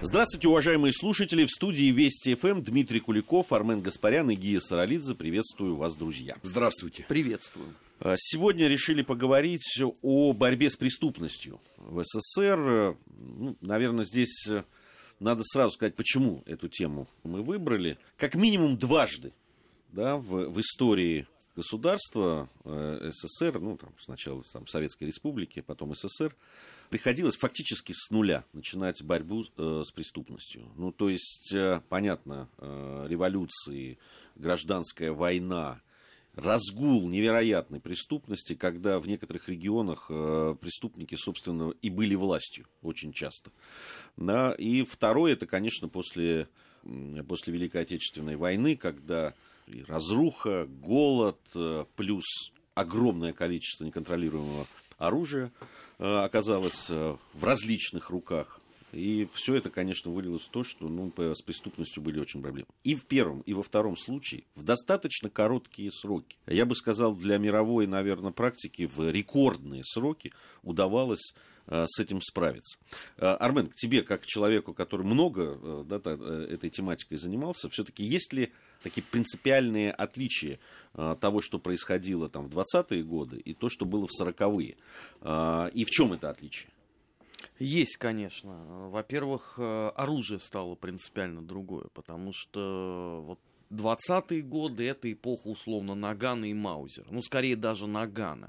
Здравствуйте, уважаемые слушатели. В студии Вести ФМ Дмитрий Куликов, Армен Гаспарян и Гия Саралидзе. Приветствую вас, друзья. Здравствуйте. Приветствую. Сегодня решили поговорить о борьбе с преступностью в СССР. Наверное, здесь надо сразу сказать, почему эту тему мы выбрали. Как минимум дважды, да, в истории государства СССР, сначала Советской Республики, потом СССР, приходилось фактически с нуля начинать борьбу с преступностью. То есть, понятно, революции, гражданская война, разгул невероятной преступности, когда в некоторых регионах преступники, собственно, и были властью очень часто. Да? И второе, это, конечно, после Великой Отечественной войны, когда и разруха, голод, плюс огромное количество неконтролируемого оружия оказалось в различных руках. И все это, конечно, вылилось в то, что с преступностью были очень проблемы. И в первом, и во втором случае в достаточно короткие сроки. Я бы сказал, для мировой, наверное, практики в рекордные сроки удавалось с этим справиться. Армен, к тебе, как к человеку, который много этой тематикой занимался, все-таки есть ли такие принципиальные отличия того, что происходило в 20-е годы, и то, что было в 40-е? И в чем это отличие? Есть, конечно. Во-первых, оружие стало принципиально другое, потому что 20-е годы — это эпоха, условно, Нагана и Маузера. Скорее даже Нагана.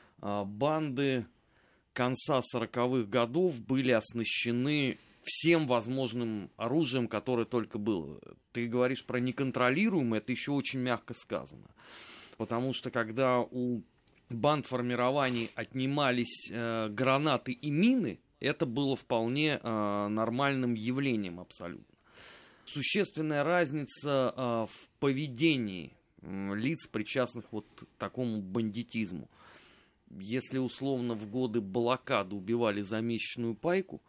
Банды конца 40-х годов были оснащены всем возможным оружием, которое только было. Ты говоришь про неконтролируемое, это еще очень мягко сказано. Потому что когда у бандформирований отнимались гранаты и мины, это было вполне нормальным явлением абсолютно. Существенная разница в поведении лиц, причастных к такому бандитизму. Если условно в годы блокады убивали за месячную пайку,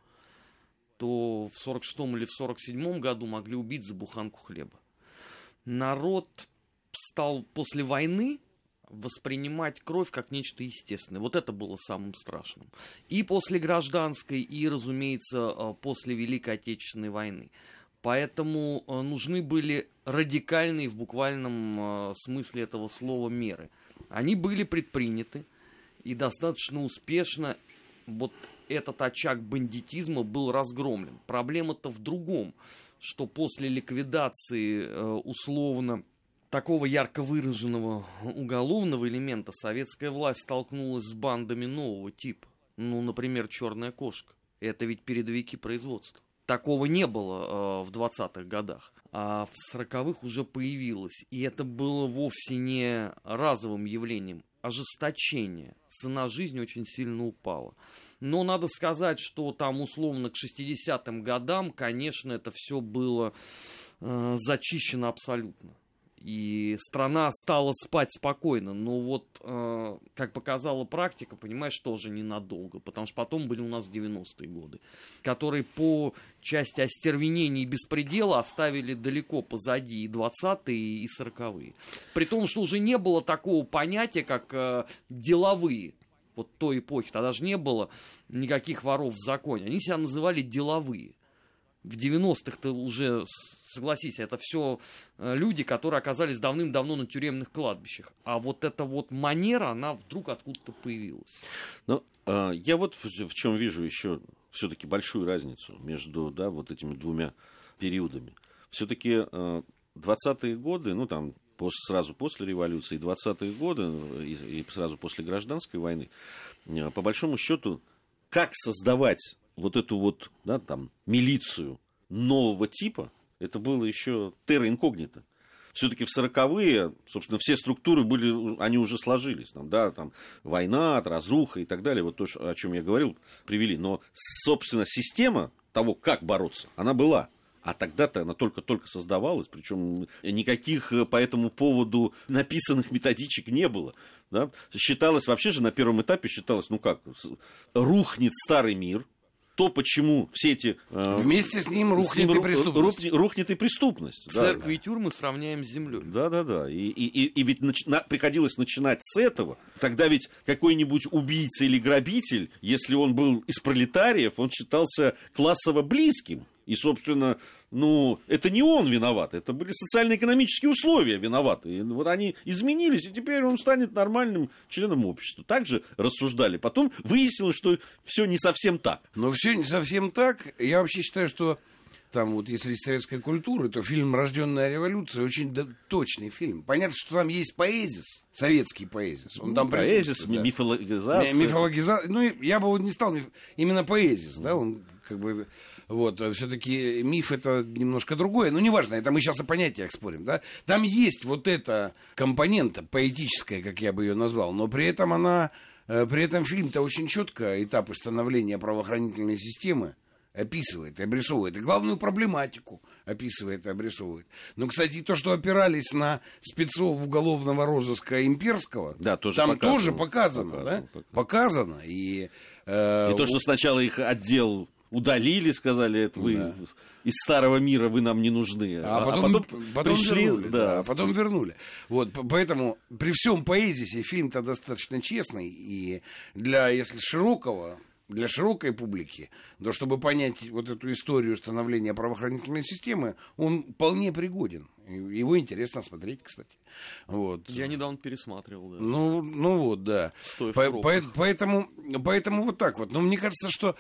то в 46-м или в 47-м году могли убить за буханку хлеба. Народ стал после войны воспринимать кровь как нечто естественное. Это было самым страшным. И после гражданской, и, разумеется, после Великой Отечественной войны. Поэтому нужны были радикальные в буквальном смысле этого слова меры. Они были предприняты, и достаточно успешно этот очаг бандитизма был разгромлен. Проблема-то в другом, что после ликвидации условно такого ярко выраженного уголовного элемента советская власть столкнулась с бандами нового типа. Например, «Черная кошка». Это ведь передовики производства. Такого не было в 20-х годах. А в 40-х уже появилось. И это было вовсе не разовым явлением. Ожесточение. Цена жизни очень сильно упала. Но надо сказать, что условно к 60-м годам, конечно, это все было зачищено абсолютно. И страна стала спать спокойно. Но как показала практика, понимаешь, тоже ненадолго. Потому что потом были у нас 90-е годы, которые по части остервенения и беспредела оставили далеко позади и 20-е, и 40-е. При том, что уже не было такого понятия, как деловые. Той эпохи. Тогда же не было никаких воров в законе. Они себя называли деловые. В 90-х-то уже, согласись, это все люди, которые оказались давным-давно на тюремных кладбищах. А эта манера, она вдруг откуда-то появилась. Я в чем вижу еще все-таки большую разницу между этими двумя периодами. Все-таки 20-е годы, сразу после революции, 20-е годы и сразу после гражданской войны, по большому счету, как создавать эту милицию нового типа, это было еще терра инкогнито. Все-таки в 40-е, собственно, все структуры они уже сложились. Война, разруха и так далее, то, о чем я говорил, привели. Но, собственно, система того, как бороться, она была. А тогда-то она только-только создавалась, причем никаких по этому поводу написанных методичек не было. Да? Считалось, вообще же на первом этапе считалось, рухнет старый мир, то, почему все эти... Вместе с ним рухнет и преступность. Рухнет и преступность. Церкви и тюрьмы сравняем с землей. Да. И ведь приходилось начинать с этого. Тогда ведь какой-нибудь убийца или грабитель, если он был из пролетариев, он считался классово близким И, собственно, это не он виноват, это были социально-экономические условия виноваты. И вот они изменились, и теперь он станет нормальным членом общества. Так же рассуждали. Потом выяснилось, что все не совсем так. Но все не совсем так. Я вообще считаю, что там вот, если из советской культуры, то фильм «Рожденная революция» очень точный фильм. Понятно, что там есть поэзис, советский поэзис. Он там поэзис, да. мифологизация. Мифологизация. Я бы не стал именно поэзис, да, он как бы... Вот, все-таки миф это немножко другое, но неважно, это мы сейчас о понятиях спорим, да. Там есть вот эта компонента поэтическая, как я бы ее назвал, но при этом фильм-то очень четко этапы становления правоохранительной системы описывает и обрисовывает, и главную проблематику описывает и обрисовывает. Но, кстати, то, что опирались на спецов уголовного розыска имперского, да, тоже там тоже показано. Показано. И то, что сначала их отдел удалили, сказали, это вы из старого мира, вы нам не нужны. Потом пришли, вернули. Да, потом вернули. Вот, поэтому при всем поэзисе фильм-то достаточно честный. И для широкой публики, да, чтобы понять вот эту историю становления правоохранительной системы, он вполне пригоден. Его интересно смотреть, кстати. Вот. Я недавно пересматривал, да. Ну вот, да. Поэтому вот так вот. Но мне кажется, что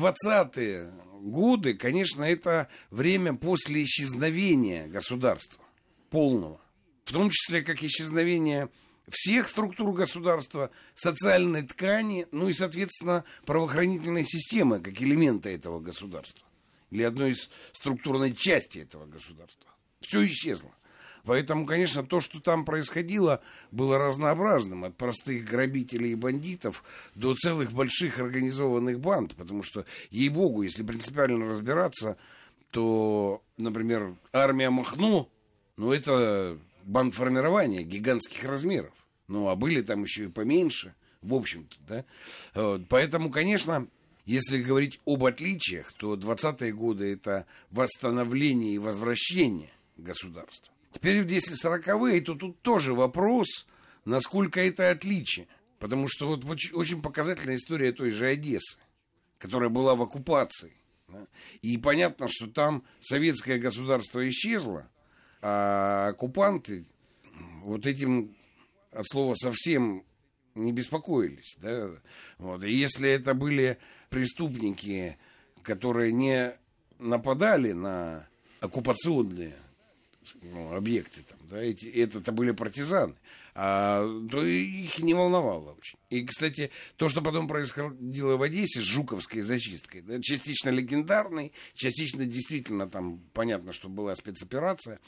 20-е годы, конечно, это время после исчезновения государства. Полного. В том числе, как исчезновение всех структур государства, социальной ткани, и, соответственно, правоохранительной системы, как элемента этого государства. Или одной из структурной части этого государства. Все исчезло. Поэтому, конечно, то, что там происходило, было разнообразным. От простых грабителей и бандитов до целых больших организованных банд. Потому что, ей-богу, если принципиально разбираться, то, например, армия Махно, это бандформирование гигантских размеров. А были там еще и поменьше, в общем-то, да. Вот. Поэтому, конечно, если говорить об отличиях, то 20-е годы это восстановление и возвращение государства. Теперь, если 40-е, то тут тоже вопрос, насколько это отличие. Потому что вот очень показательная история той же Одессы, которая была в оккупации. Да? И понятно, что там советское государство исчезло, а оккупанты вот этим от слова совсем не беспокоились. Да? Вот. И если это были преступники, которые не нападали на оккупационные объекты, там, да, это были партизаны, то их не волновало очень. И, кстати, то, что потом происходило в Одессе с Жуковской зачисткой, да, частично легендарной, частично действительно там понятно, что была спецоперация,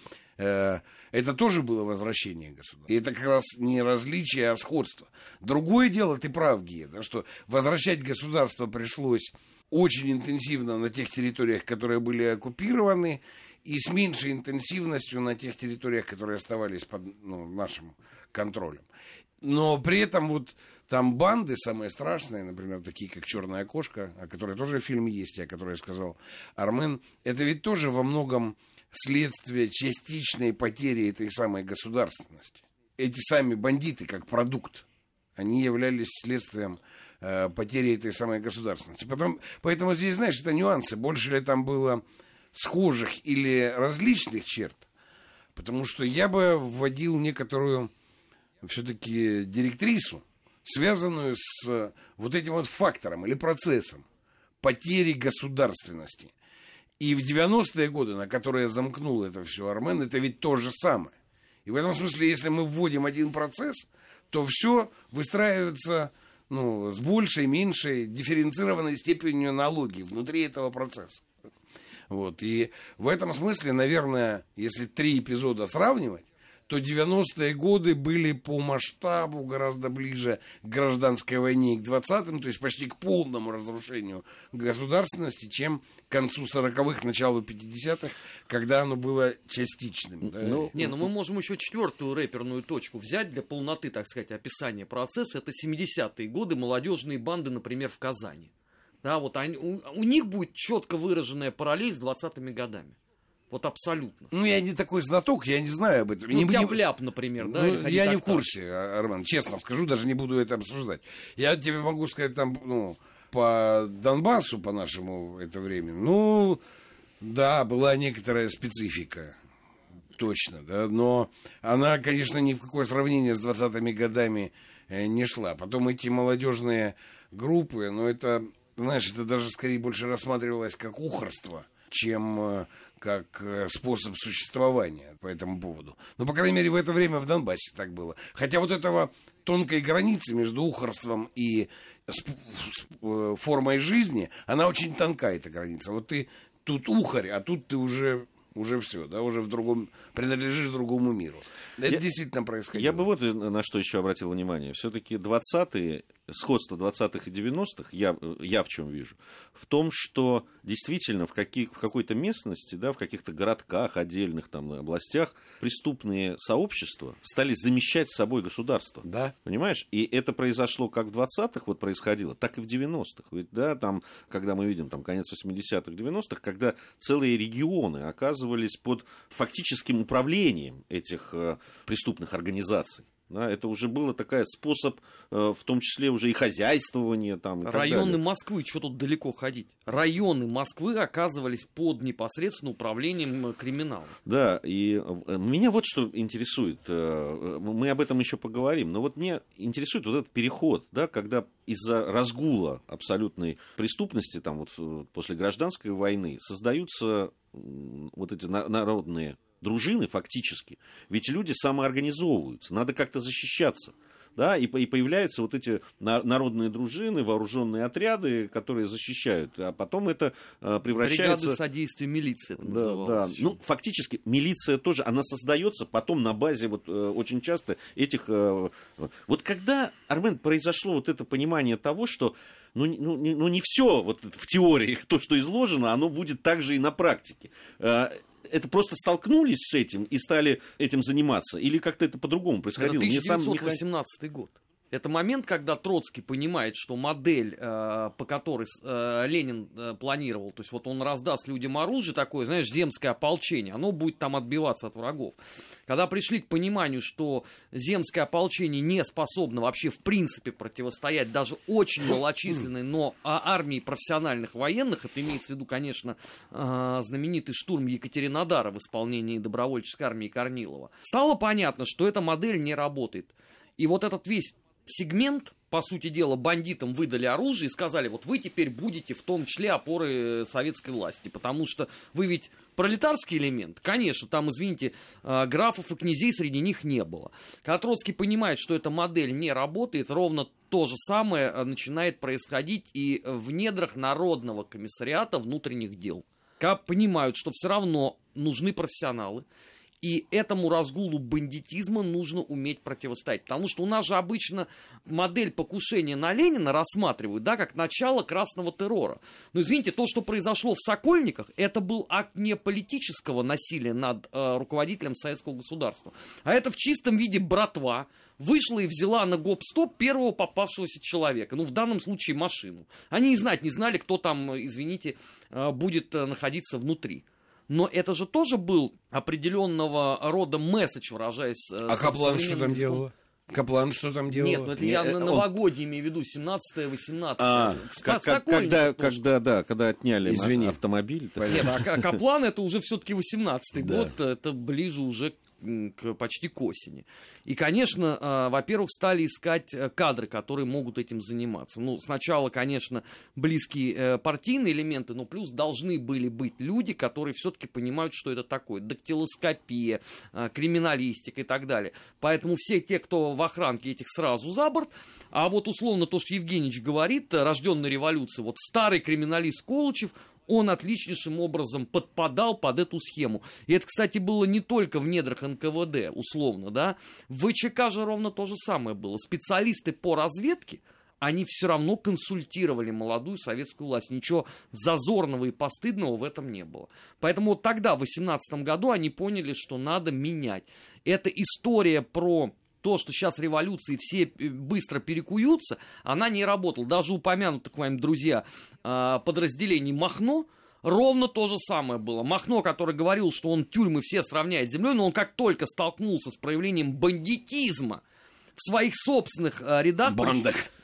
это тоже было возвращение государства. И это как раз не различие, а сходство. Другое дело, ты прав, Гия, да, что возвращать государство пришлось очень интенсивно на тех территориях, которые были оккупированы, и с меньшей интенсивностью на тех территориях, которые оставались под нашим контролем. Но при этом вот там банды самые страшные, например, такие как «Черная кошка», о которой тоже фильм есть, и о которой сказал Армен, это ведь тоже во многом следствие частичной потери этой самой государственности. Эти сами бандиты, как продукт, они являлись следствием потери этой самой государственности. Поэтому здесь, знаешь, это нюансы. Больше ли там было схожих или различных черт, потому что я бы вводил некоторую все-таки директрису, связанную с вот этим вот фактором или процессом потери государственности. И в 90-е годы, на которые замкнул это все Армен, это ведь то же самое. И в этом смысле, если мы вводим один процесс, то все выстраивается с большей, меньшей, дифференцированной степенью аналогии внутри этого процесса. Вот. И в этом смысле, наверное, если 3 эпизода сравнивать, то 90-е годы были по масштабу гораздо ближе к гражданской войне и к 20-м, то есть почти к полному разрушению государственности, чем к концу 40-х, началу 50-х, когда оно было частичным. Да? Мы можем еще 4-ю рэперную точку взять для полноты, так сказать, описания процесса. Это 70-е годы, молодежные банды, например, в Казани. Да, вот у них будет четко выраженная параллель с 20-ми годами. Вот абсолютно. Я не такой знаток, я не знаю об этом. Тяп-ляп, например, да? Я не в курсе, Армен, честно скажу, даже не буду это обсуждать. Я тебе могу сказать, там, по Донбассу, по-нашему, это время, Да, была некоторая специфика. Точно, да, но она, конечно, ни в какое сравнение с 20-ми годами не шла. Потом эти молодежные группы, но это, знаешь, это даже скорее больше рассматривалось как ухарство, чем как способ существования по этому поводу. Но, по крайней мере, в это время в Донбассе так было. Хотя вот этого тонкой границы между ухарством и формой жизни, она очень тонка, эта граница. Вот ты тут ухарь, а тут ты уже все, да, уже принадлежишь другому миру. Это действительно происходило. Я бы вот на что еще обратил внимание. Все-таки 20-е, сходство 20-х и 90-х, я в чем вижу? В том, что действительно в какой-то местности, да, в каких-то городках, отдельных там областях, преступные сообщества стали замещать собой государство. Да. Понимаешь? И это произошло как в 20-х вот происходило, так и в 90-х. Ведь, да, там, когда мы видим там, конец 80-х, 90-х, когда целые регионы оказывались под фактическим управлением этих преступных организаций. Да, это уже был такой способ, в том числе уже и хозяйствования. Там, и районы Москвы, что тут далеко ходить? Районы Москвы оказывались под непосредственно управлением криминала. Да, и меня вот что интересует. Мы об этом еще поговорим. Но вот меня интересует вот этот переход, да, когда из-за разгула абсолютной преступности там, вот, после гражданской войны создаются вот эти народные дружины фактически, ведь люди самоорганизовываются, надо как-то защищаться. Да, и появляются вот эти народные дружины, вооруженные отряды, которые защищают, а потом это превращается... Бригады содействия милиции это называлось. Да. Ну, фактически милиция тоже, она создается потом на базе вот очень часто этих... Вот когда, Армен, произошло вот это понимание того, что не все вот в теории, то, что изложено, оно будет также и на практике. Это просто столкнулись с этим и стали этим заниматься? Или как-то это по-другому происходило? Это 1918 год. Это момент, когда Троцкий понимает, что модель, по которой Ленин планировал, то есть вот он раздаст людям оружие такое, знаешь, земское ополчение, оно будет там отбиваться от врагов. Когда пришли к пониманию, что земское ополчение не способно вообще в принципе противостоять даже очень малочисленной, но армии профессиональных военных, это имеется в виду, конечно, знаменитый штурм Екатеринодара в исполнении добровольческой армии Корнилова, стало понятно, что эта модель не работает. И вот этот весь сегмент, по сути дела, бандитам выдали оружие и сказали, вот вы теперь будете в том числе опорой советской власти, потому что вы ведь пролетарский элемент, конечно, там, извините, графов и князей среди них не было. Когда Троцкий понимает, что эта модель не работает, ровно то же самое начинает происходить и в недрах Народного комиссариата внутренних дел. Когда понимают, что все равно нужны профессионалы, и этому разгулу бандитизма нужно уметь противостоять. Потому что у нас же обычно модель покушения на Ленина рассматривают, да, как начало красного террора. Но, извините, то, что произошло в Сокольниках, это был акт не политического насилия над руководителем советского государства. А это в чистом виде братва вышла и взяла на гоп-стоп первого попавшегося человека. Ну, в данном случае машину. Они и знать не знали, кто там, извините, будет находиться внутри. Но это же тоже был определенного рода месседж, выражаясь... А Каплан что там делала? Каплан что там делала? Нет, ну это я новогодние имею в виду, 17-18. Когда отняли автомобиль. Нет, а Каплан это уже все-таки 18-й год, это ближе уже почти к осени. И, конечно, во-первых, стали искать кадры, которые могут этим заниматься. Ну, сначала, конечно, близкие партийные элементы, но плюс должны были быть люди, которые все-таки понимают, что это такое. Дактилоскопия, криминалистика и так далее. Поэтому все те, кто в охранке, этих сразу за борт. А вот условно то, что Евгеньевич говорит, рожденный революцией, вот старый криминалист Колычев, он отличнейшим образом подпадал под эту схему. И это, кстати, было не только в недрах НКВД, условно, да. В ВЧК же ровно то же самое было. Специалисты по разведке, они все равно консультировали молодую советскую власть. Ничего зазорного и постыдного в этом не было. Поэтому вот тогда, в 18 году, они поняли, что надо менять. Эта история про... то, что сейчас революции все быстро перекуются, она не работала. Даже упомянуто, к вам, друзья, подразделение Махно, ровно то же самое было. Махно, который говорил, что он тюрьмы все сравняет с землей, но он как только столкнулся с проявлением бандитизма в своих собственных рядах...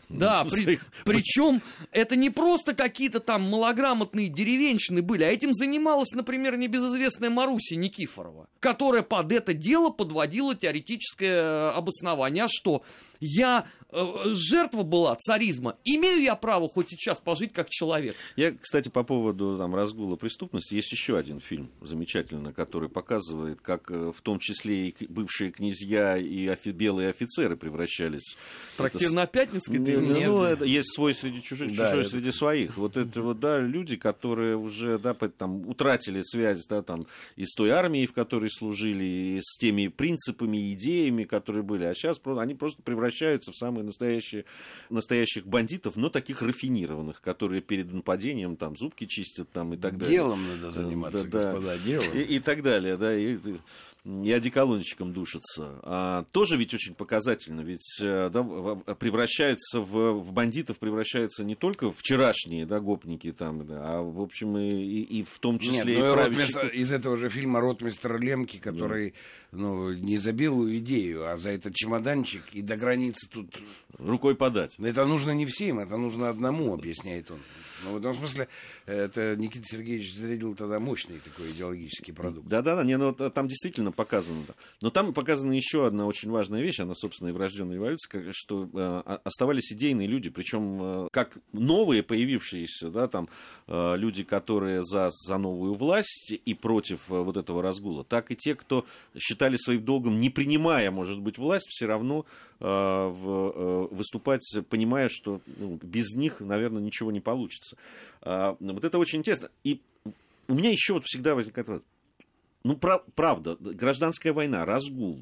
Да, причем это не просто какие-то там малограмотные деревенщины были, а этим занималась, например, небезызвестная Маруся Никифорова, которая под это дело подводила теоретическое обоснование. А что? Жертва была царизма. Имею я право хоть сейчас пожить как человек? Я, кстати, по поводу там, разгула преступности, есть еще один фильм замечательный, который показывает, как в том числе и бывшие князья и белые офицеры превращались. Трактир на Пятницкой? Это есть свой среди чужих, чужой среди своих. Вот это вот, да, люди, которые уже, да, там, утратили связь, да, там, и с той армией, в которой служили, и с теми принципами, идеями, которые были. А сейчас они просто превращаются в самые настоящих бандитов, но таких рафинированных, которые перед нападением там зубки чистят там, и так далее. Делом надо заниматься, господа, делом. И так далее, да, и одеколончиком душатся. Тоже ведь очень показательно, ведь да, превращаются в бандитов, превращаются не только вчерашние, да, гопники там, да, а в общем и в том числе и правящие. Из этого же фильма «Ротмистр Лемки», который не за белую идею, а за этот чемоданчик, и до границы тут рукой подать. Это нужно не всем, это нужно одному, объясняет он. Но в этом смысле это Никита Сергеевич зарядил тогда мощный такой идеологический продукт. Да-да-да, там действительно показано. Но там показана еще одна очень важная вещь, она, собственно, и в «Рожденной революции», что оставались идейные люди, причем как новые появившиеся, да, там, люди, которые за новую власть и против вот этого разгула, так и те, кто считали своим долгом, не принимая, может быть, власть, все равно выступать, понимая, что без них, наверное, ничего не получится. Вот это очень интересно. И у меня еще вот всегда возникает вопрос. Правда, гражданская война, разгул,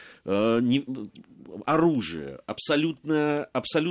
оружие, абсолютное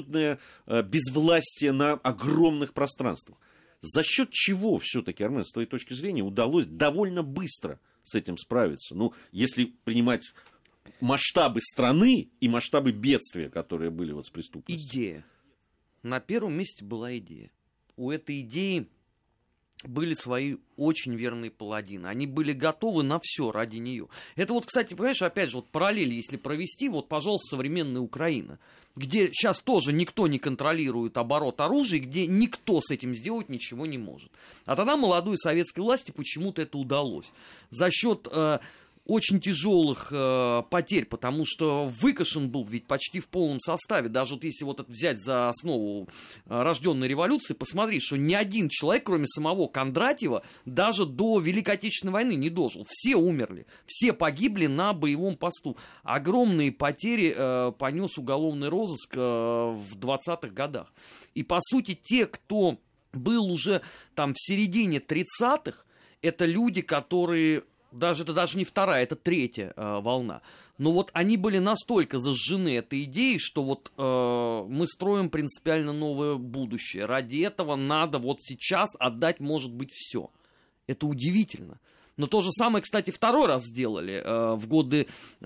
безвластие на огромных пространствах. За счет чего все-таки, Армен, с твоей точки зрения, удалось довольно быстро с этим справиться? Если принимать масштабы страны и масштабы бедствия, которые были вот с преступностью. Идея. На первом месте была идея. У этой идеи были свои очень верные паладины. Они были готовы на все ради нее. Это вот, кстати, понимаешь, опять же, вот параллель, если провести, вот, пожалуйста, современная Украина, где сейчас тоже никто не контролирует оборот оружия, где никто с этим сделать ничего не может. А тогда молодой советской власти почему-то это удалось. За счет очень тяжелых потерь, потому что выкашен был ведь почти в полном составе. Даже вот если вот это взять за основу «Рожденной революции», посмотреть, что ни один человек, кроме самого Кондратьева, даже до Великой Отечественной войны не дожил. Все умерли, все погибли на боевом посту. Огромные потери понес уголовный розыск в 20-х годах. И, по сути, те, кто был уже там в середине 30-х, это люди, которые... это даже не вторая, это третья волна. Но вот они были настолько зажжены этой идеей, что вот мы строим принципиально новое будущее. Ради этого надо вот сейчас отдать, может быть, все. Это удивительно. Но то же самое, кстати, второй раз сделали в годы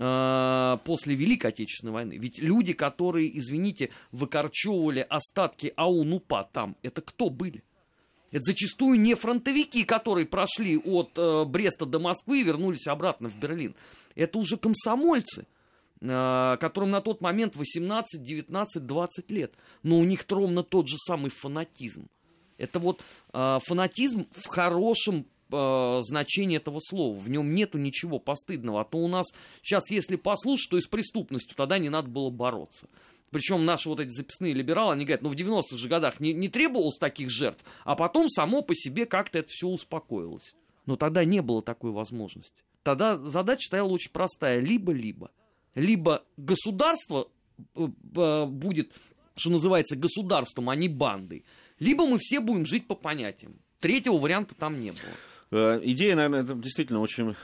после Великой Отечественной войны. Ведь люди, которые, извините, выкорчевывали остатки АУН-УПА там, это кто были? Это зачастую не фронтовики, которые прошли от Бреста до Москвы и вернулись обратно в Берлин. Это уже комсомольцы, которым на тот момент 18, 19, 20 лет. Но у них ровно тот же самый фанатизм. Это вот фанатизм в хорошем значении этого слова. В нем нету ничего постыдного. А то у нас сейчас, если послушать, то и с преступностью тогда не надо было бороться. Причем наши вот эти записные либералы, они говорят, в 90-х же годах не требовалось таких жертв, а потом само по себе как-то это все успокоилось. Но тогда не было такой возможности. Тогда задача стояла очень простая. Либо-либо. Либо государство будет, что называется, государством, а не бандой. Либо мы все будем жить по понятиям. Третьего варианта там не было. Идея, наверное, это действительно очень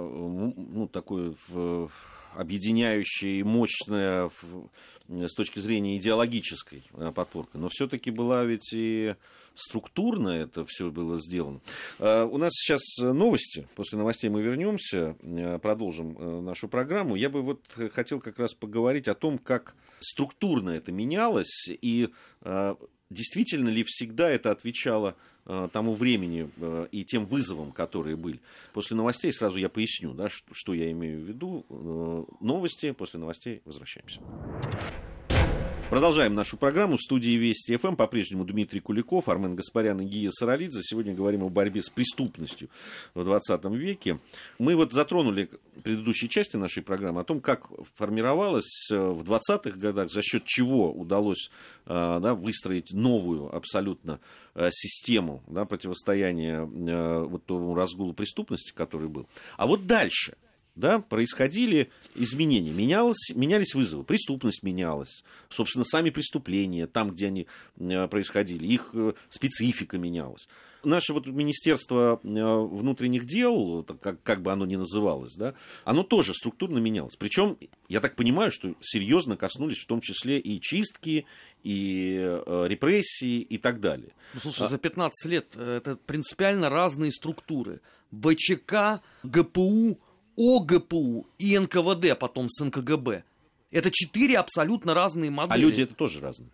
такой объединяющая и мощная с точки зрения идеологической подпорка. Но все-таки была ведь и структурно это все было сделано. У нас сейчас новости. После новостей мы вернемся, продолжим нашу программу. Я бы вот хотел как раз поговорить о том, как структурно это менялось и действительно ли всегда это отвечало тому времени и тем вызовам, которые были. После новостей сразу я поясню, да, что я имею в виду. Новости, после новостей возвращаемся. Продолжаем нашу программу. В студии Вести ФМ по-прежнему Дмитрий Куликов, Армен Гаспарян и Гия Саралидзе. Сегодня говорим о борьбе с преступностью в 20 веке. Мы вот затронули в предыдущей части нашей программы о том, как формировалась в 20-х годах, за счет чего удалось выстроить новую абсолютно систему противостояния вот тому разгулу преступности, который был. А вот дальше... происходили изменения, менялись вызовы, преступность менялась, собственно, сами преступления, там, где они происходили, их специфика менялась. Наше вот Министерство внутренних дел, как бы оно ни называлось, оно тоже структурно менялось. Причем, я так понимаю, что серьезно коснулись в том числе и чистки, и репрессии, и так далее. Ну, слушай, за 15 лет это принципиально разные структуры. ВЧК, ГПУ, ОГПУ и НКВД потом с НКГБ. Это 4 абсолютно разные модели. А люди это тоже разные?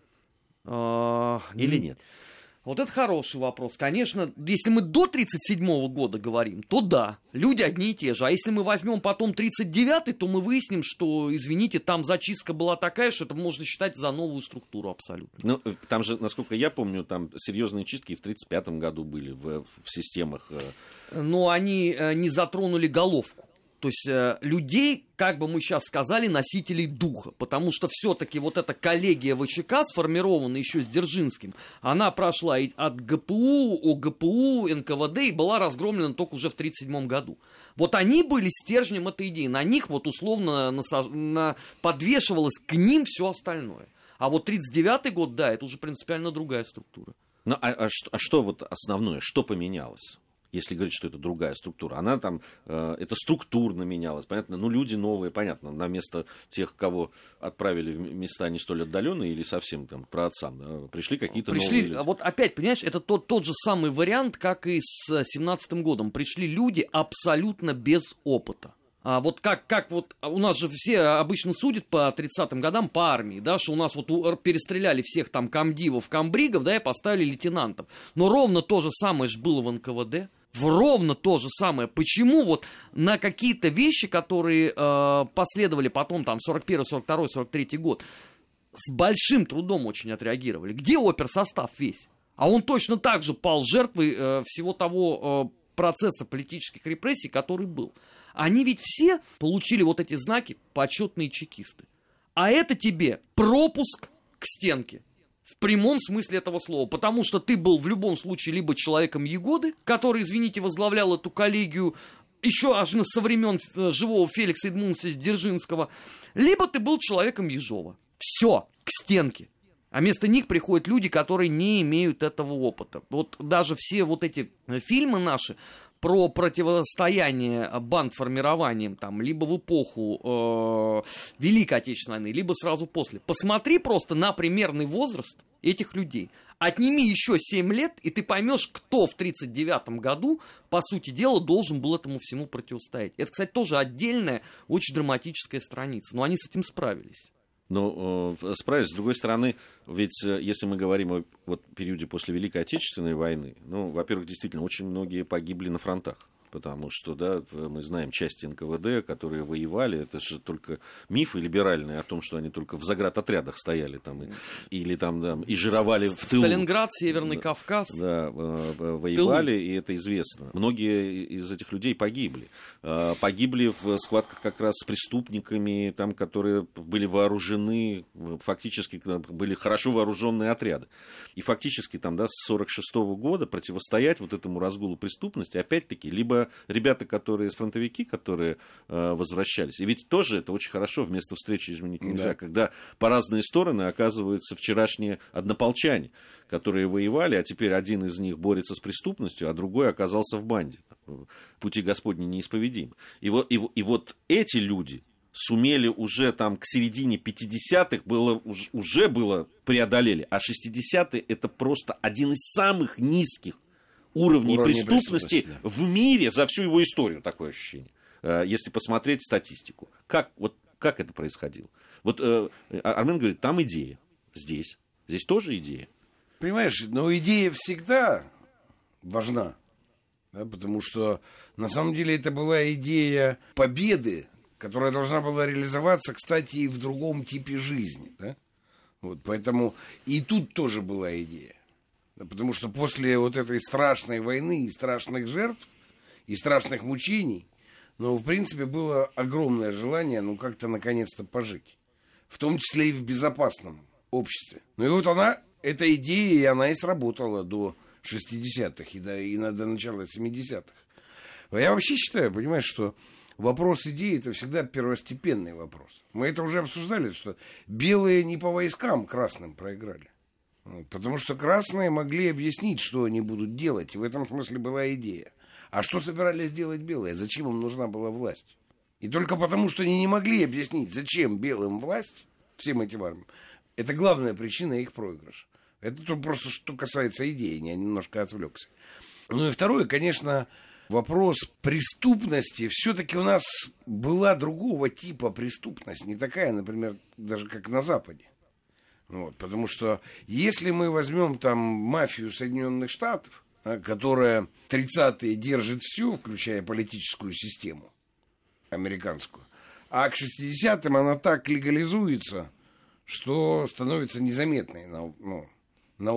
Или нет? Вот это хороший вопрос. Конечно, если мы до 1937 года говорим, то да, люди одни и те же. А если мы возьмем потом 1939, то мы выясним, что, извините, там зачистка была такая, что это можно считать за новую структуру абсолютно. Ну, там же, насколько я помню, там серьезные чистки и в 1935 году были в системах. Но они не затронули головку. То есть людей, как бы мы сейчас сказали, носителей духа. Потому что все-таки вот эта коллегия ВЧК, сформированная еще с Дзержинским, она прошла и от ГПУ, ОГПУ, НКВД и была разгромлена только уже в 1937 году. Вот они были стержнем этой идеи. На них вот условно подвешивалось к ним все остальное. А вот 1939 год, да, это уже принципиально другая структура. Ну, что вот основное, что поменялось? Если говорить, что это другая структура, она там, это структурно менялась, понятно, люди новые, понятно, на место тех, кого отправили в места не столь отдаленные или совсем там про отцам, пришли какие-то новые люди. Вот опять, понимаешь, это тот же самый вариант, как и с 17-м годом. Пришли люди абсолютно без опыта. А вот как вот у нас же все обычно судят по 30-м годам по армии, что у нас вот перестреляли всех там комдивов, комбригов, и поставили лейтенантов. Но ровно то же самое же было в НКВД. Ровно то же самое. Почему вот на какие-то вещи, которые последовали потом, там, 41, 42, 43 год, с большим трудом очень отреагировали? Где оперсостав весь? А он точно так же пал жертвой всего того процесса политических репрессий, который был. Они ведь все получили вот эти знаки почетные чекисты. А это тебе пропуск к стенке. В прямом смысле этого слова. Потому что ты был в любом случае либо человеком Ягоды, который, извините, возглавлял эту коллегию еще аж со времен живого Феликса Эдмундовича Дзержинского, либо ты был человеком Ежова. Все, к стенке. А вместо них приходят люди, которые не имеют этого опыта. Вот даже все вот эти фильмы наши про противостояние бандформированиям, там, либо в эпоху Великой Отечественной войны, либо сразу после. Посмотри просто на примерный возраст этих людей. Отними еще 7 лет, и ты поймешь, кто в 1939 году, по сути дела, должен был этому всему противостоять. Это, кстати, тоже отдельная, очень драматическая страница. Но они с этим справились. Но справились. С другой стороны, ведь если мы говорим о периоде после Великой Отечественной войны, во-первых, действительно, очень многие погибли на фронтах. Потому что, мы знаем части НКВД, которые воевали, это же только мифы либеральные о том, что они только в заградотрядах стояли там, или там, и жировали в тылу. Сталинград, Северный Кавказ. Да, воевали, и это известно. Многие из этих людей погибли. Погибли в схватках как раз с преступниками, там, которые были вооружены, фактически были хорошо вооруженные отряды. И фактически там, с 1946 года противостоять вот этому разгулу преступности, опять-таки, либо ребята, которые фронтовики, которые возвращались. И ведь тоже это очень хорошо, вместо встречи изменить нельзя, когда по разные стороны оказываются вчерашние однополчане, которые воевали, а теперь один из них борется с преступностью, а другой оказался в банде. Пути Господни неисповедимы. И вот эти люди сумели уже там к середине 50-х уже было преодолели, а 60-е это просто один из самых низких уровней преступности в мире за всю его историю, такое ощущение, если посмотреть статистику. Как это происходило? Вот Армен говорит, там идея, здесь тоже идея. Понимаешь, идея всегда важна, потому что на самом деле это была идея победы, которая должна была реализоваться, кстати, и в другом типе жизни, Вот, поэтому и тут тоже была идея. Потому что после вот этой страшной войны и страшных жертв, и страшных мучений, в принципе, было огромное желание, как-то наконец-то пожить. В том числе и в безопасном обществе. И вот эта идея, и она и сработала до 60-х и до начала 70-х. Я вообще считаю, понимаешь, что вопрос идеи — это всегда первостепенный вопрос. Мы это уже обсуждали, что белые не по войскам красным проиграли. Потому что красные могли объяснить, что они будут делать. И в этом смысле была идея. А что собирались делать белые? Зачем им нужна была власть? И только потому, что они не могли объяснить, зачем белым власть, всем этим армиям, это главная причина их проигрыша. Это просто что касается идеи, я немножко отвлекся. И второе, конечно, вопрос преступности. Все-таки у нас была другого типа преступность. Не такая, например, даже как на Западе. Потому что если мы возьмем там мафию Соединенных Штатов, которая 30-е держит все, включая политическую систему американскую, а к 60-м она так легализуется, что становится незаметной на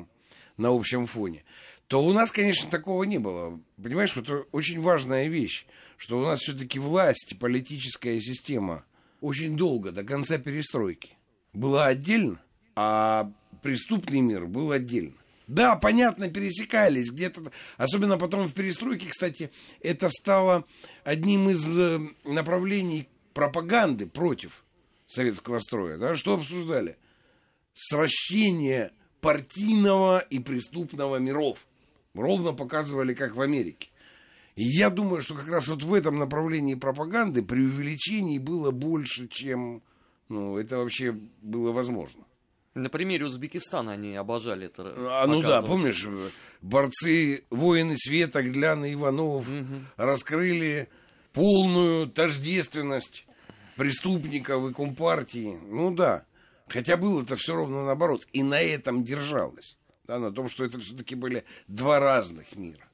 общем фоне, то у нас, конечно, такого не было. Понимаешь, это очень важная вещь, что у нас все-таки власть и политическая система очень долго, до конца перестройки, была отдельно, а преступный мир был отдельно. Да, понятно, пересекались где-то, особенно потом в перестройке, кстати, это стало одним из направлений пропаганды против советского строя. Да? Что обсуждали? Сращение партийного и преступного миров. Ровно показывали, как в Америке. И я думаю, что как раз вот в этом направлении пропаганды преувеличений было больше, чем это вообще было возможно. На примере Узбекистана они обожали это показывать. Помнишь, борцы, воины света, Глян и Иванов раскрыли полную тождественность преступников и компартии. Хотя было это все ровно наоборот. И на этом держалось. На том, что это все-таки были два разных мира.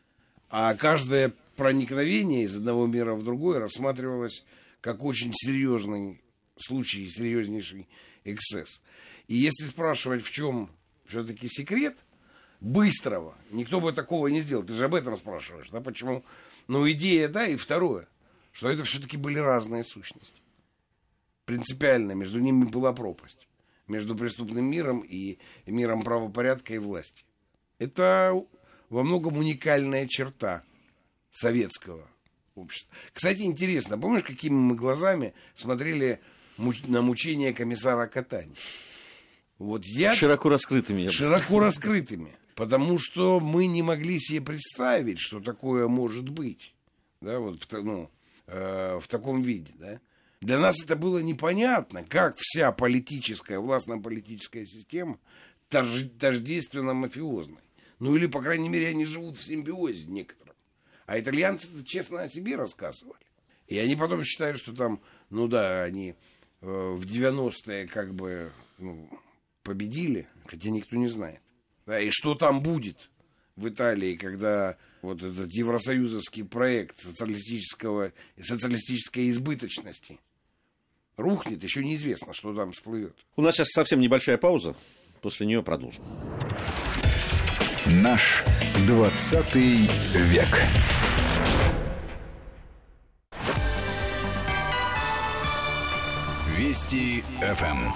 А каждое проникновение из одного мира в другой рассматривалось как очень серьезный случай, серьезнейший эксцесс. И если спрашивать, в чем все-таки секрет быстрого, никто бы такого не сделал. Ты же об этом спрашиваешь, да? Почему? Идея, да, и второе, что это все-таки были разные сущности. Принципиально между ними была пропасть. Между преступным миром и миром правопорядка и власти. Это во многом уникальная черта советского общества. Кстати, интересно, помнишь, какими мы глазами смотрели на мучения комиссара Катани? Широко раскрытыми. Широко раскрытыми. Потому что мы не могли себе представить, что такое может быть. Да, в таком виде. Да? Для нас это было непонятно, как вся политическая, властно-политическая система тождественно мафиозной. Или, по крайней мере, они живут в симбиозе некоторым. А итальянцы это честно о себе рассказывали. И они потом считают, что там, они в 90-е победили, хотя никто не знает. Да, и что там будет в Италии, когда вот этот евросоюзовский проект социалистической избыточности рухнет, еще неизвестно, что там всплывет. У нас сейчас совсем небольшая пауза, после нее продолжим. Наш 20 век. Вести ФМ.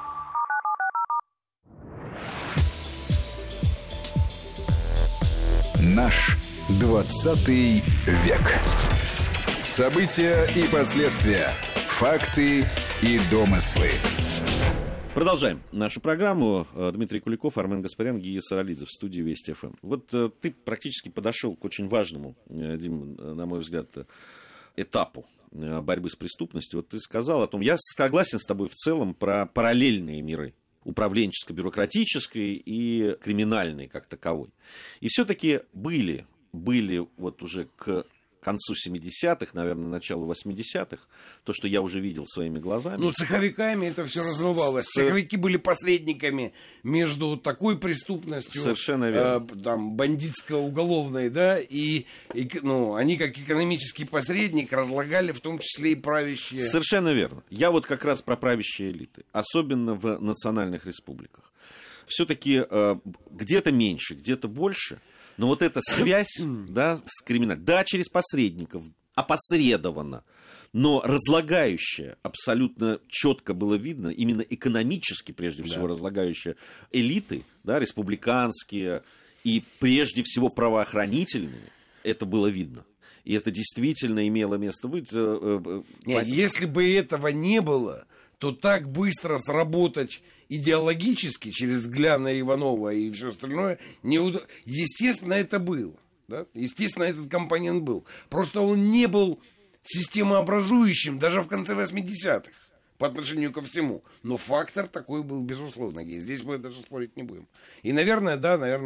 Наш 20 век. События и последствия. Факты и домыслы. Продолжаем нашу программу. Дмитрий Куликов, Армен Гаспарян, Гия Саралидзе в студии Вести ФМ. Вот ты практически подошел к очень важному, Дим, на мой взгляд, этапу борьбы с преступностью. Вот ты сказал о том, я согласен с тобой в целом про параллельные миры. Управленческо-бюрократической и криминальной как таковой. И все-таки были вот уже к концу 70-х, наверное, началу 80-х, то, что я уже видел своими глазами. Ну, цеховиками это все разрывалось. Цеховики были посредниками между такой преступностью, совершенно верно. Там, бандитско-уголовной, да, и они как экономический посредник разлагали в том числе и правящие. Совершенно верно. Я вот как раз про правящие элиты, особенно в национальных республиках. Все-таки где-то меньше, где-то больше, но вот эта связь, да, с криминалом, да, через посредников, опосредованно, но разлагающая, абсолютно четко было видно, именно экономически, прежде всего, разлагающая элиты, да, республиканские и прежде всего правоохранительные, это было видно. И это действительно имело место быть. Нет, если бы этого не было, то так быстро сработать идеологически через Гляна Иванова и все остальное, естественно, это было. Да? Естественно, этот компонент был. Просто он не был системообразующим даже в конце 80-х по отношению ко всему. Но фактор такой был, безусловно. И здесь мы даже спорить не будем. И, наверное,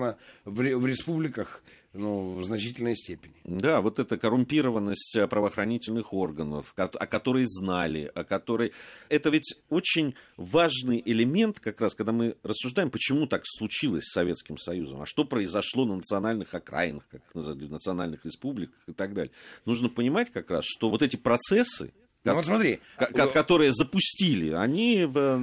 в республиках в значительной степени. Да, вот эта коррумпированность правоохранительных органов, о которой знали, о которой... Это ведь очень важный элемент, как раз, когда мы рассуждаем, почему так случилось с Советским Союзом, а что произошло на национальных окраинах, как их называют, в национальных республиках и так далее. Нужно понимать как раз, что вот эти процессы, вот смотри, которые запустили, они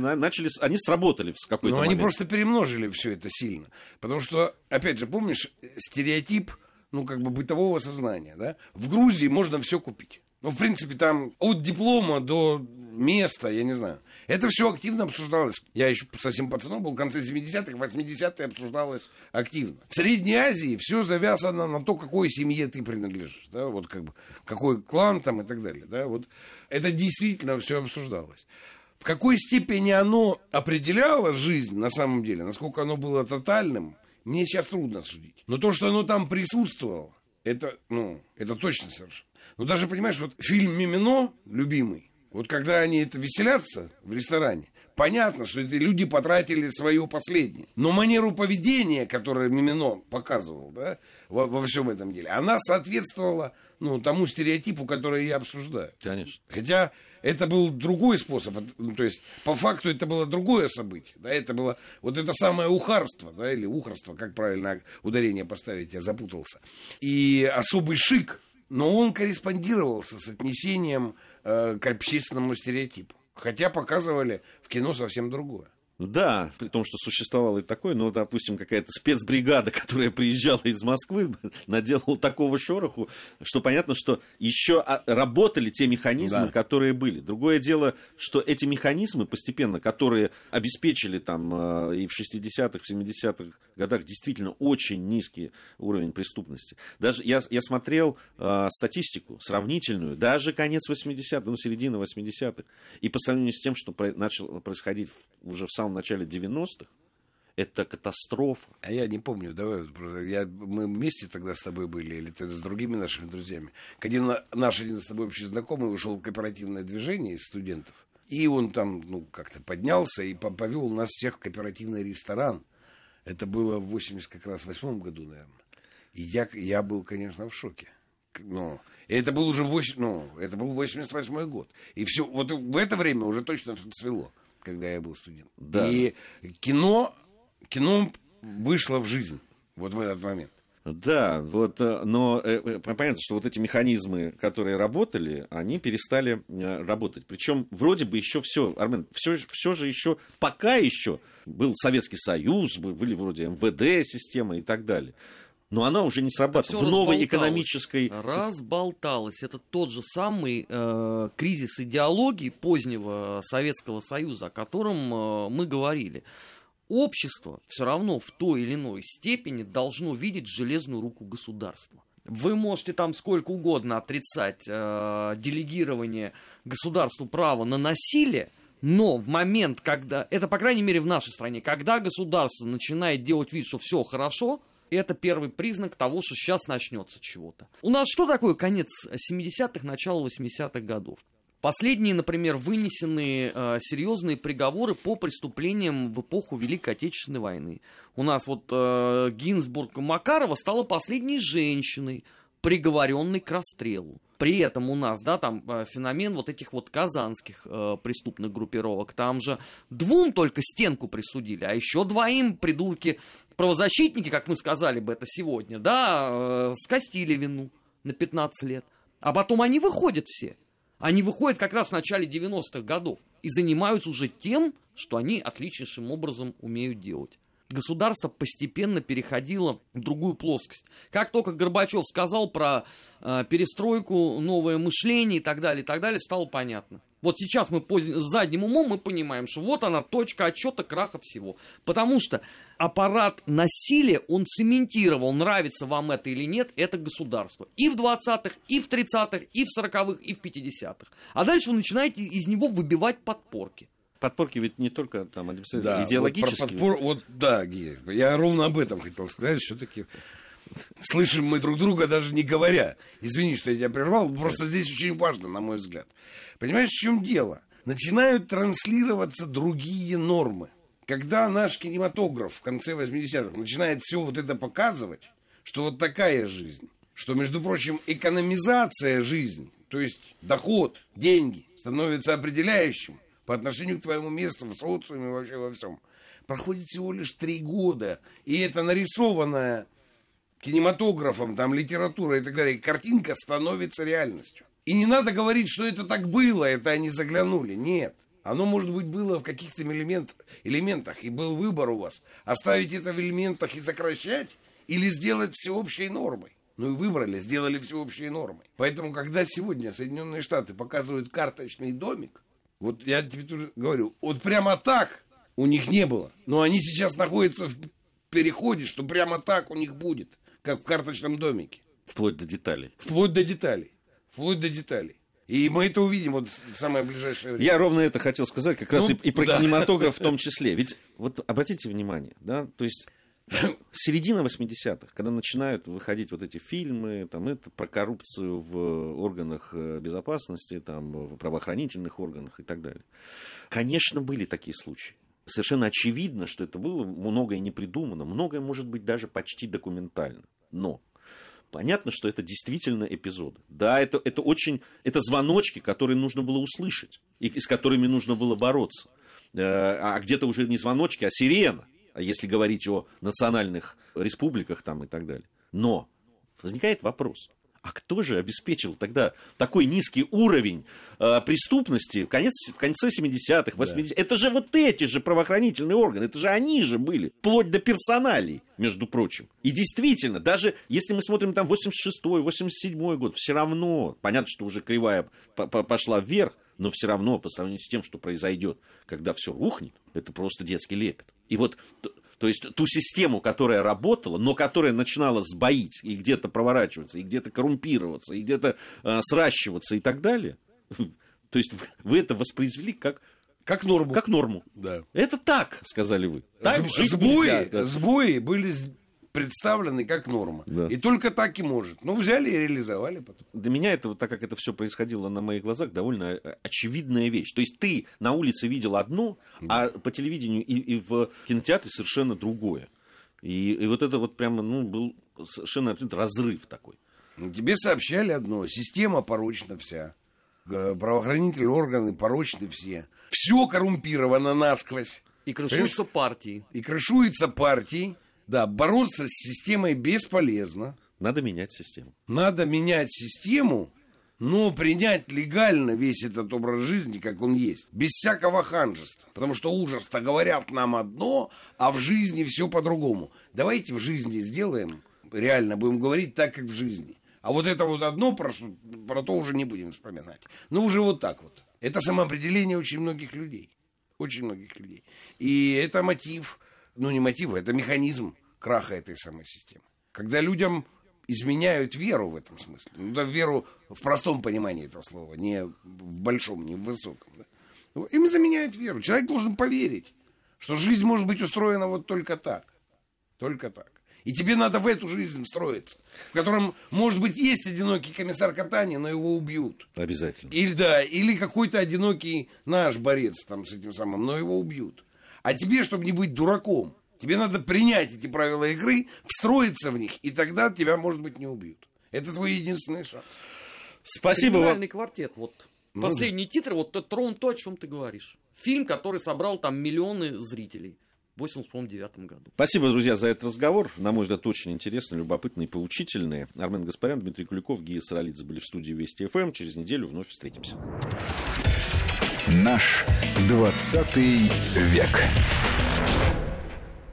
сработали в какой-то момент. Они просто перемножили все это сильно. Потому что, опять же, помнишь, стереотип, бытового сознания, да? В Грузии можно все купить. В принципе, там от диплома до места, я не знаю. Это все активно обсуждалось. Я еще совсем пацаном был, в конце 70-х, 80-е обсуждалось активно. В Средней Азии все завязано на то, какой семье ты принадлежишь. Да? Вот какой клан там и так далее. Да? Вот это действительно все обсуждалось. В какой степени оно определяло жизнь на самом деле, насколько оно было тотальным, мне сейчас трудно судить. Но то, что оно там присутствовало, это точно совершенно. Но даже, понимаешь, вот фильм «Мимино», любимый, вот когда они веселятся в ресторане, понятно, что эти люди потратили свое последнее. Но манеру поведения, которую Мимино показывал, да, во всем этом деле, она соответствовала тому стереотипу, который я обсуждаю. Конечно. Хотя это был другой способ. То есть, по факту, это было другое событие. Да, это было вот это самое ухарство, да, или ухарство, как правильно ударение поставить, я запутался. И особый шик. Но он корреспондировался с отнесением к общественному стереотипу. Хотя показывали в кино совсем другое. Да, при том, что существовало и такое, допустим, какая-то спецбригада, которая приезжала из Москвы, наделала такого шороху, что понятно, что еще работали те механизмы, которые были. Другое дело, что эти механизмы постепенно, которые обеспечили там и в 60-х, в 70-х годах действительно очень низкий уровень преступности. Даже я смотрел статистику сравнительную, даже конец 80-х, середина 80-х, и по сравнению с тем, что начало происходить уже в самом начале 90-х, это катастрофа. А я не помню, мы вместе тогда с тобой были, или ты с другими нашими друзьями. Наш один с тобой общий знакомый ушел в кооперативное движение из студентов, и он там, как-то поднялся и повел нас всех в кооперативный ресторан. Это было в 88 году, наверное. И я был, конечно, в шоке. Это был уже 88-й год. И все, вот в это время уже точно цвело, когда я был студент. Да. И кино вышло в жизнь вот в этот момент. Да, но понятно, что вот эти механизмы, которые работали, они перестали работать. Причем вроде бы еще все, Армен, все же еще, пока еще был Советский Союз, были вроде МВД-система и так далее. Но она уже не срабатывала в новой экономической... Разболталась. Это тот же самый кризис идеологии позднего Советского Союза, о котором мы говорили. Общество все равно в той или иной степени должно видеть железную руку государства. Вы можете там сколько угодно отрицать делегирование государству права на насилие, но в момент, когда, это по крайней мере в нашей стране, когда государство начинает делать вид, что все хорошо, это первый признак того, что сейчас начнется чего-то. У нас что такое конец 70-х, начало 80-х годов? Последние, например, вынесены серьезные приговоры по преступлениям в эпоху Великой Отечественной войны. У нас Гинзбург Макарова стала последней женщиной, приговоренный к расстрелу. При этом у нас, да, там феномен вот этих вот казанских преступных группировок. Там же 2 только стенку присудили, а еще 2 придурки правозащитники, как мы сказали бы это сегодня, да, скостили вину на 15 лет. А потом они выходят все. Они выходят как раз в начале 90-х годов и занимаются уже тем, что они отличнейшим образом умеют делать. Государство постепенно переходило в другую плоскость. Как только Горбачев сказал про перестройку, новое мышление и так далее, стало понятно. Вот сейчас мы с задним умом мы понимаем, что вот она, точка отсчета краха всего. Потому что аппарат насилия, он цементировал, нравится вам это или нет, это государство. И в 20-х, и в 30-х, и в 40-х, и в 50-х. А дальше вы начинаете из него выбивать подпорки. Подпорки ведь не только там идеологические. Да, Гея, я ровно об этом хотел сказать, все-таки слышим мы друг друга, даже не говоря. Извини, что я тебя прервал, просто здесь очень важно, на мой взгляд. Понимаешь, в чем дело? Начинают транслироваться другие нормы. Когда наш кинематограф в конце 80-х начинает все вот это показывать, что вот такая жизнь, что, между прочим, экономизация жизни, то есть доход, деньги, становится определяющим по отношению к твоему месту в социуме, вообще во всем. Проходит всего лишь 3 года, и это нарисованная кинематографом, там, литература и так далее, картинка становится реальностью. И не надо говорить, что это так было, это они заглянули. Нет. Оно, может быть, было в каких-то элементах, и был выбор у вас. Оставить это в элементах и сокращать, или сделать всеобщей нормой. Ну и выбрали, сделали всеобщей нормой. Поэтому, когда сегодня Соединенные Штаты показывают карточный домик, вот я тебе тоже говорю, вот прямо так у них не было. Но они сейчас находятся в переходе, что прямо так у них будет, как в карточном домике. Вплоть до деталей. Вплоть до деталей. И мы это увидим вот в самое ближайшее время. Я ровно это хотел сказать, как раз и про кинематограф в том числе. Ведь вот обратите внимание, да, то есть середина 80-х, когда начинают выходить вот эти фильмы, там, это про коррупцию в органах безопасности, там, в правоохранительных органах и так далее. Конечно, были такие случаи. Совершенно очевидно, что это было, многое не придумано, многое может быть даже почти документально. Но понятно, что это действительно эпизоды. Да, это звоночки, которые нужно было услышать, и с которыми нужно было бороться. А где-то уже не звоночки, а сирена, если говорить о национальных республиках там и так далее. Но возникает вопрос, а кто же обеспечил тогда такой низкий уровень преступности в конце 70-х, 80-х? Да. Это же вот эти же правоохранительные органы, это же они же были, вплоть до персоналей, между прочим. И действительно, даже если мы смотрим там 86-й, 87-й год, все равно, понятно, что уже кривая пошла вверх, но все равно по сравнению с тем, что произойдет, когда все рухнет, это просто детский лепет. И вот, то есть ту систему, которая работала, но которая начинала сбоить и где-то проворачиваться, и где-то коррумпироваться, и где-то сращиваться и так далее, то есть вы это воспроизвели как норму. Как норму. Да. Это так, сказали вы. Так жить нельзя, да. Сбои были представлены как норма. Да. И только так и может. Ну, взяли и реализовали потом. Для меня это, так как это все происходило на моих глазах, довольно очевидная вещь. То есть ты на улице видел одно, а по телевидению и в кинотеатре совершенно другое. И вот это вот прямо, был совершенно разрыв такой. Тебе сообщали одно. Система порочна вся. Правоохранительные органы порочны все. Все коррумпировано насквозь. И крышуются партии. Да, бороться с системой бесполезно. Надо менять систему. Но принять легально весь этот образ жизни, как он есть, без всякого ханжества. Потому что ужас-то говорят нам одно, а в жизни все по-другому. Давайте в жизни сделаем, реально будем говорить так, как в жизни. А вот это вот одно, про то уже не будем вспоминать. Уже вот так вот. Это самоопределение очень многих людей. И это мотив... не мотив, это механизм краха этой самой системы. Когда людям изменяют веру в этом смысле. Веру в простом понимании этого слова, не в большом, не в высоком. Да? Им заменяют веру. Человек должен поверить, что жизнь может быть устроена вот только так. Только так. И тебе надо в эту жизнь встроиться, в котором, может быть, есть одинокий комиссар Катани, но его убьют. Обязательно. Или какой-то одинокий наш борец там с этим самым, но его убьют. А тебе, чтобы не быть дураком, тебе надо принять эти правила игры, встроиться в них, и тогда тебя, может быть, не убьют. Это твой единственный шанс. Спасибо вам. Криминальный квартет, вот. Последний титр, вот это ровно то, о чем ты говоришь. Фильм, который собрал там миллионы зрителей в 1989 году. Спасибо, друзья, за этот разговор. На мой взгляд, очень интересный, любопытный и поучительный. Армен Гаспарян, Дмитрий Куликов, Гия Саралидзе были в студии Вести ФМ. Через неделю вновь встретимся. Наш 20 век.